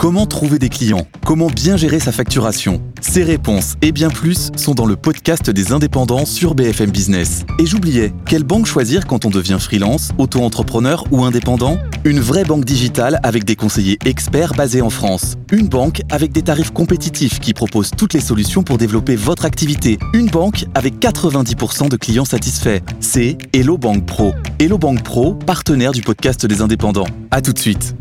Comment trouver des clients ? Comment bien gérer sa facturation ? Ces réponses et bien plus sont dans le podcast des indépendants sur BFM Business. Et j'oubliais, quelle banque choisir quand on devient freelance, auto-entrepreneur ou indépendant ? Une vraie banque digitale avec des conseillers experts basés en France. Une banque avec des tarifs compétitifs qui propose toutes les solutions pour développer votre activité. Une banque avec 90% de clients satisfaits. C'est Hello Bank Pro. Hello Bank Pro, partenaire du podcast des indépendants. À tout de suite.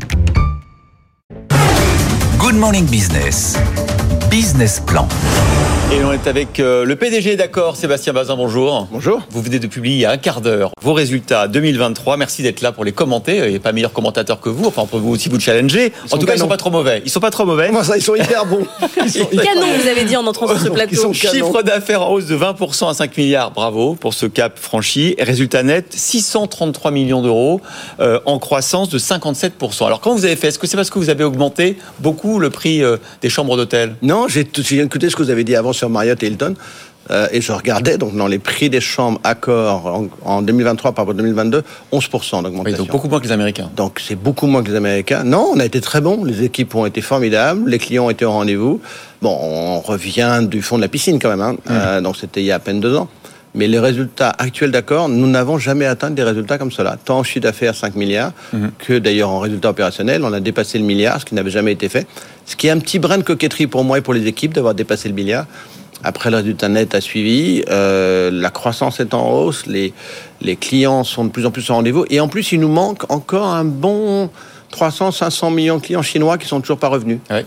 Good Morning Business, Business Plan. Et on est avec le PDG d'Accor, Sébastien Bazin, bonjour. Bonjour. Vous venez de publier il y a un quart d'heure vos résultats 2023. Merci d'être là pour les commenter. Il n'y a pas meilleur commentateur que vous. Enfin, on peut vous aussi vous challenger. En tout cas, ils ne sont pas trop mauvais. Ils sont pas trop mauvais. Comment ça, ils sont hyper bons. Canon, vous avez dit en entrant sur ce plateau. Chiffre d'affaires en hausse de 20% à 5 milliards. Bravo pour ce cap franchi. Et résultat net, 633 millions d'euros en croissance de 57%. Alors, quand vous avez fait, est-ce que c'est parce que vous avez augmenté beaucoup le prix des chambres d'hôtel ? Non, j'ai écouté ce que vous avez dit avant sur Marriott et Hilton. Et je regardais, donc dans les prix des chambres Accor en 2023 par rapport à 2022, 11% d'augmentation. Oui, donc beaucoup moins que les Américains. Donc c'est beaucoup moins que les Américains. Non, on a été très bons. Les équipes ont été formidables. Les clients ont été au rendez-vous. Bon, on revient du fond de la piscine quand même. Donc c'était il y a à peine 2 ans. Mais les résultats actuels d'Accor, nous n'avons jamais atteint des résultats comme cela. Tant en chiffre d'affaires 5 milliards, que d'ailleurs en résultats opérationnels, on a dépassé le milliard, ce qui n'avait jamais été fait. Ce qui est un petit brin de coquetterie pour moi et pour les équipes d'avoir dépassé le milliard. Après, le résultat net a suivi, la croissance est en hausse, les clients sont de plus en plus au rendez-vous. Et en plus, il nous manque encore un bon 300-500 millions de clients chinois qui sont toujours pas revenus. Ouais.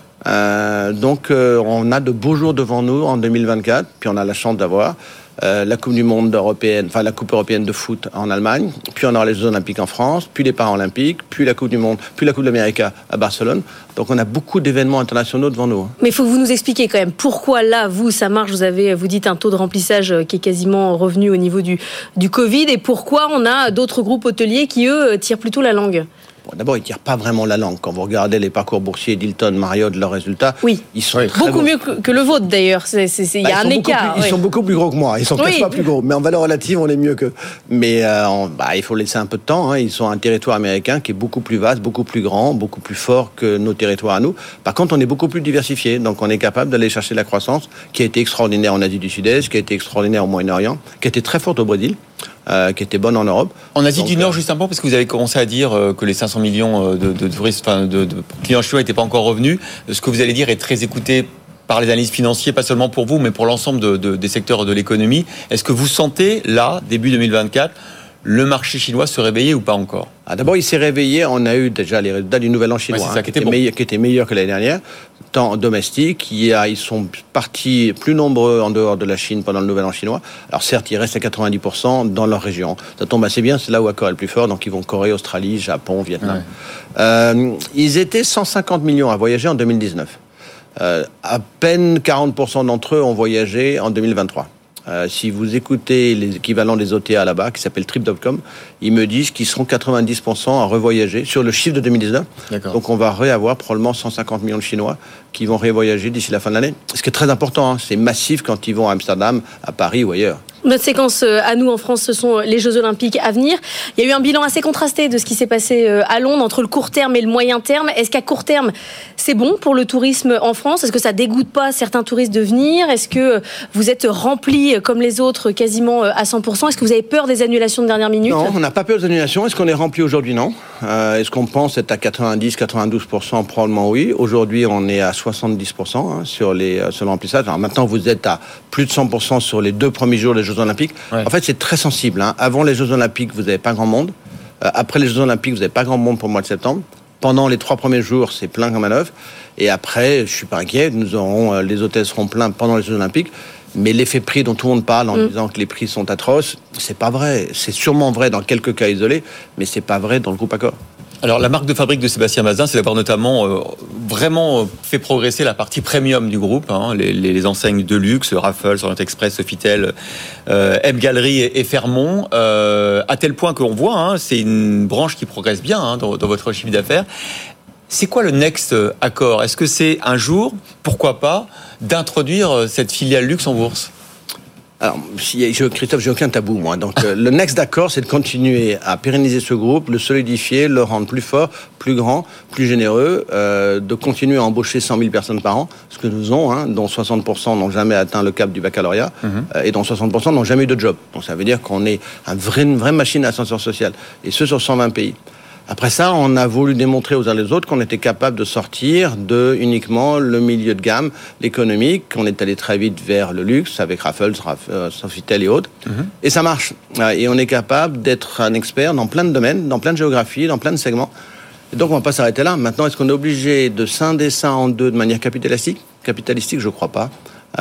Donc, on a de beaux jours devant nous en 2024, puis on a la chance d'avoir la Coupe du Monde européenne, enfin la Coupe européenne de foot en Allemagne, puis on aura les Jeux Olympiques en France, puis les Paralympiques, puis la Coupe du Monde, puis la Coupe d'Amérique à Barcelone. Donc on a beaucoup d'événements internationaux devant nous. Mais il faut que vous nous expliquiez quand même pourquoi là, vous, ça marche, vous dites un taux de remplissage qui est quasiment revenu au niveau du Covid, et pourquoi on a d'autres groupes hôteliers qui, eux, tirent plutôt la langue ? Bon, d'abord, ils ne tirent pas vraiment la langue. Quand vous regardez les parcours boursiers d'Hilton, Marriott, leurs résultats, oui. Ils sont très beaucoup bons. mieux que le vôtre d'ailleurs. Il y a un écart. Ils sont beaucoup plus gros que moi. Ils sont peut-être pas plus gros, mais en valeur relative, on est mieux qu'eux. Mais il faut laisser un peu de temps. Ils sont un territoire américain qui est beaucoup plus vaste, beaucoup plus grand, beaucoup plus fort que nos territoires à nous. Par contre, on est beaucoup plus diversifié. Donc, on est capable d'aller chercher la croissance qui a été extraordinaire en Asie du Sud-Est, qui a été extraordinaire au Moyen-Orient, qui a été très forte au Brésil. Qui était bonne en Europe. En Asie du Nord, juste un peu, parce que vous avez commencé à dire que les 500 millions de touristes, de clients chinois n'étaient pas encore revenus. Ce que vous allez dire est très écouté par les analystes financiers, pas seulement pour vous, mais pour l'ensemble des secteurs de l'économie. Est-ce que vous sentez, là, début 2024, le marché chinois se réveiller ou pas encore ? D'abord, il s'est réveillé. On a eu déjà les résultats du Nouvel An chinois, qui était meilleur que l'année dernière. Tant domestique, ils sont partis plus nombreux en dehors de la Chine pendant le Nouvel An chinois. Alors certes, ils restent à 90% dans leur région. Ça tombe assez bien, c'est là où Accor est le plus fort. Donc ils vont Corée, Australie, Japon, Vietnam. Ouais. Ils étaient 150 millions à voyager en 2019. À peine 40% d'entre eux ont voyagé en 2023. Si vous écoutez les équivalents des OTA là-bas, qui s'appellent Trip.com, ils me disent qu'ils seront 90% à revoyager sur le chiffre de 2019. D'accord. Donc on va réavoir probablement 150 millions de Chinois qui vont revoyager d'ici la fin de l'année. Ce qui est très important, c'est massif quand ils vont à Amsterdam, à Paris ou ailleurs. Notre séquence à nous en France, ce sont les Jeux Olympiques à venir. Il y a eu un bilan assez contrasté de ce qui s'est passé à Londres entre le court terme et le moyen terme. Est-ce qu'à court terme, c'est bon pour le tourisme en France ? Est-ce que ça dégoûte pas certains touristes de venir ? Est-ce que vous êtes remplis comme les autres quasiment à 100% ? Est-ce que vous avez peur des annulations de dernière minute ? Non, on n'a pas peur des annulations. Est-ce qu'on est rempli aujourd'hui ? Non. Est-ce qu'on pense être à 90-92% ? Probablement oui. Aujourd'hui, on est à 70% sur le remplissage. Alors maintenant, vous êtes à plus de 100% sur les 2 premiers jours des Jeux Olympiques. Ouais. En fait, c'est très sensible. Avant les Jeux Olympiques, vous n'avez pas grand monde. Après les Jeux Olympiques, vous n'avez pas grand monde pour le mois de septembre. Pendant les 3 premiers jours, c'est plein comme un œuf. Et après, je ne suis pas inquiet. Les hôtels seront pleins pendant les Jeux Olympiques. Mais l'effet prix dont tout le monde parle en disant que les prix sont atroces, c'est pas vrai. C'est sûrement vrai dans quelques cas isolés, mais c'est pas vrai dans le groupe Accor. Alors, la marque de fabrique de Sébastien Bazin, c'est d'avoir notamment vraiment fait progresser la partie premium du groupe, les enseignes de luxe, Raffles, Orient Express, Sofitel, M Gallery et Fairmont, à tel point qu'on voit, c'est une branche qui progresse bien dans votre chiffre d'affaires. C'est quoi le next Accor ? Est-ce que c'est un jour, pourquoi pas, d'introduire cette filiale luxe en bourse ? Alors, Christophe, j'ai aucun tabou, moi. Donc, le next d'accord, c'est de continuer à pérenniser ce groupe, le solidifier, le rendre plus fort, plus grand, plus généreux, de continuer à embaucher 100 000 personnes par an, ce que nous faisons, dont 60% n'ont jamais atteint le cap du baccalauréat, et dont 60% n'ont jamais eu de job. Donc, ça veut dire qu'on est une vraie machine d'ascenseur social, et ce sur 120 pays. Après ça, on a voulu démontrer aux uns et aux autres qu'on était capable de sortir de uniquement le milieu de gamme, l'économique. On est allé très vite vers le luxe avec Raffles, Sofitel et autres. Et ça marche. Et on est capable d'être un expert dans plein de domaines, dans plein de géographies, dans plein de segments. Et donc, on ne va pas s'arrêter là. Maintenant, est-ce qu'on est obligé de scinder ça en deux de manière capitalistique ? Capitalistique, je ne crois pas.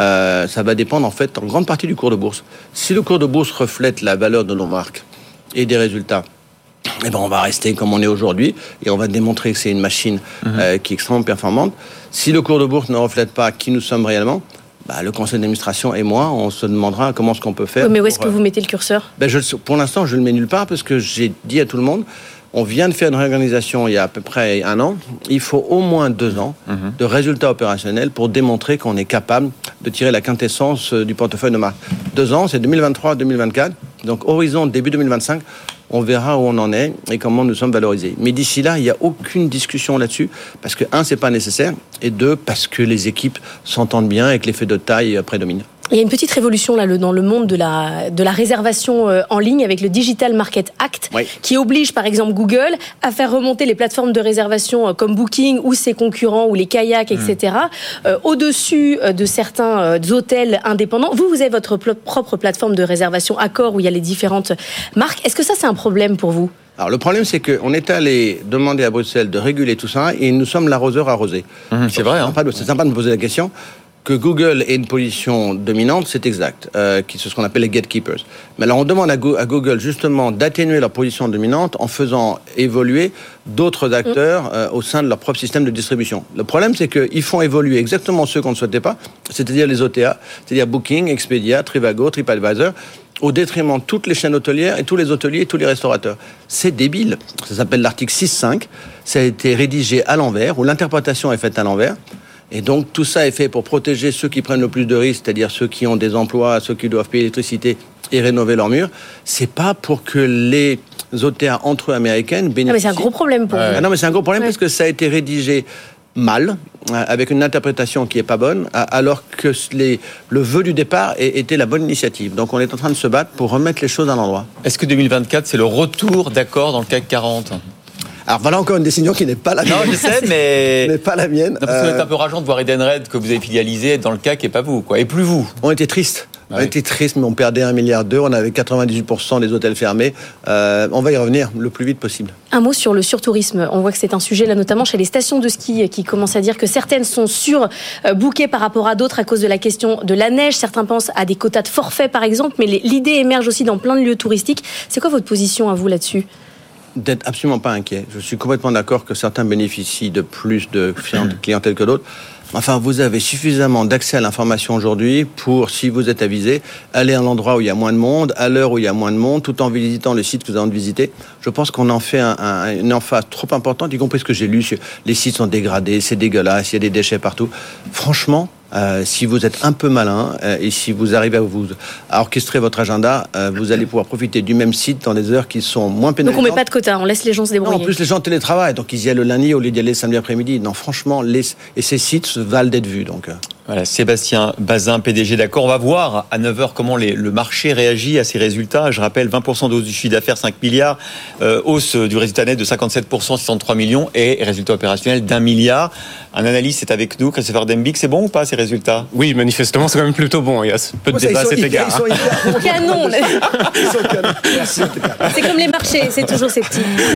Ça va dépendre, en fait, en grande partie du cours de bourse. Si le cours de bourse reflète la valeur de nos marques et des résultats, eh ben on va rester comme on est aujourd'hui et on va démontrer que c'est une machine qui est extrêmement performante. Si le cours de bourse ne reflète pas qui nous sommes réellement, le conseil d'administration et moi, on se demandera comment est-ce qu'on peut faire. Oui, mais où est-ce que vous mettez le curseur ? Pour l'instant, je ne le mets nulle part parce que j'ai dit à tout le monde, on vient de faire une réorganisation il y a à peu près 1 an. Il faut au moins 2 ans de résultats opérationnels pour démontrer qu'on est capable de tirer la quintessence du portefeuille de marque. 2 ans, c'est 2023-2024. Donc, horizon début 2025, on verra où on en est et comment nous sommes valorisés. Mais d'ici là, il n'y a aucune discussion là-dessus parce que, 1, c'est pas nécessaire et 2, parce que les équipes s'entendent bien et que l'effet de taille prédomine. Il y a une petite révolution là dans le monde de la réservation en ligne avec le Digital Market Act qui oblige par exemple Google à faire remonter les plateformes de réservation comme Booking ou ses concurrents ou les kayaks, etc. Au-dessus de certains hôtels indépendants. Vous avez votre propre plateforme de réservation Accor où il y a les différentes marques. Est-ce que ça c'est un problème pour vous ? Alors le problème c'est qu'on est allé demander à Bruxelles de réguler tout ça et nous sommes l'arroseur arrosé. C'est vrai. C'est sympa de me poser la question. Que Google ait une position dominante, c'est exact. C'est ce qu'on appelle les gatekeepers. Mais alors on demande à Google justement d'atténuer leur position dominante en faisant évoluer d'autres acteurs au sein de leur propre système de distribution. Le problème, c'est qu'ils font évoluer exactement ceux qu'on ne souhaitait pas, c'est-à-dire les OTA, c'est-à-dire Booking, Expedia, Trivago, TripAdvisor, au détriment de toutes les chaînes hôtelières et tous les hôteliers et tous les restaurateurs. C'est débile. Ça s'appelle l'article 6.5. Ça a été rédigé à l'envers, où l'interprétation est faite à l'envers. Et donc, tout ça est fait pour protéger ceux qui prennent le plus de risques, c'est-à-dire ceux qui ont des emplois, ceux qui doivent payer l'électricité et rénover leurs murs. C'est pas pour que les OTA entre eux américaines bénéficient... mais c'est un gros problème pour vous. Non, mais c'est un gros problème parce que ça a été rédigé mal, avec une interprétation qui est pas bonne, alors que le vœu du départ était la bonne initiative. Donc, on est en train de se battre pour remettre les choses à l'endroit. Est-ce que 2024, c'est le retour d'accord dans le CAC 40 ? Alors voilà encore une décision qui n'est pas la mienne. Non, je sais, mais n'est pas la mienne. Non, parce que c'est un peu rageant de voir Edenred que vous avez fidélisé être dans le CAC et pas vous, quoi. Et plus vous. On était tristes. Ouais. On était tristes, mais on perdait 1,2 milliard. On avait 98% des hôtels fermés. On va y revenir le plus vite possible. Un mot sur le surtourisme. On voit que c'est un sujet là, notamment chez les stations de ski, qui commencent à dire que certaines sont surbookées par rapport à d'autres à cause de la question de la neige. Certains pensent à des quotas de forfait, par exemple. Mais l'idée émerge aussi dans plein de lieux touristiques. C'est quoi votre position à vous là-dessus ? D'être absolument pas inquiet. Je suis complètement d'accord que certains bénéficient de plus de clientèle que d'autres. Enfin, vous avez suffisamment d'accès à l'information aujourd'hui pour, si vous êtes avisé, aller à un endroit où il y a moins de monde, à l'heure où il y a moins de monde, tout en visitant les sites que vous avez de visiter. Je pense qu'on en fait une emphase trop importante, y compris ce que j'ai lu. Les sites sont dégradés, c'est dégueulasse, il y a des déchets partout. Franchement, si vous êtes un peu malin et si vous arrivez à orchestrer votre agenda, vous allez pouvoir profiter du même site dans des heures qui sont moins pénalisantes. Donc on met pas de quota, on laisse les gens se débrouiller. Non, en plus les gens télétravaillent, donc ils y allaient le lundi au lieu d'y aller le samedi après-midi. Non, franchement, et ces sites valent d'être vus. Donc. Voilà, Sébastien Bazin, PDG d'Accor. On va voir à 9h comment le marché réagit à ces résultats. Je rappelle, 20% de hausse du chiffre d'affaires, 5 milliards, hausse du résultat net de 57%, 63 millions et résultat opérationnel d'1 milliard. Un analyste est avec nous, Christopher Dembick. C'est bon ou pas ces résultats ? Oui, manifestement, c'est quand même plutôt bon. Il y a peu de débat à cet égard. Canon. C'est comme les marchés, c'est toujours ces petits.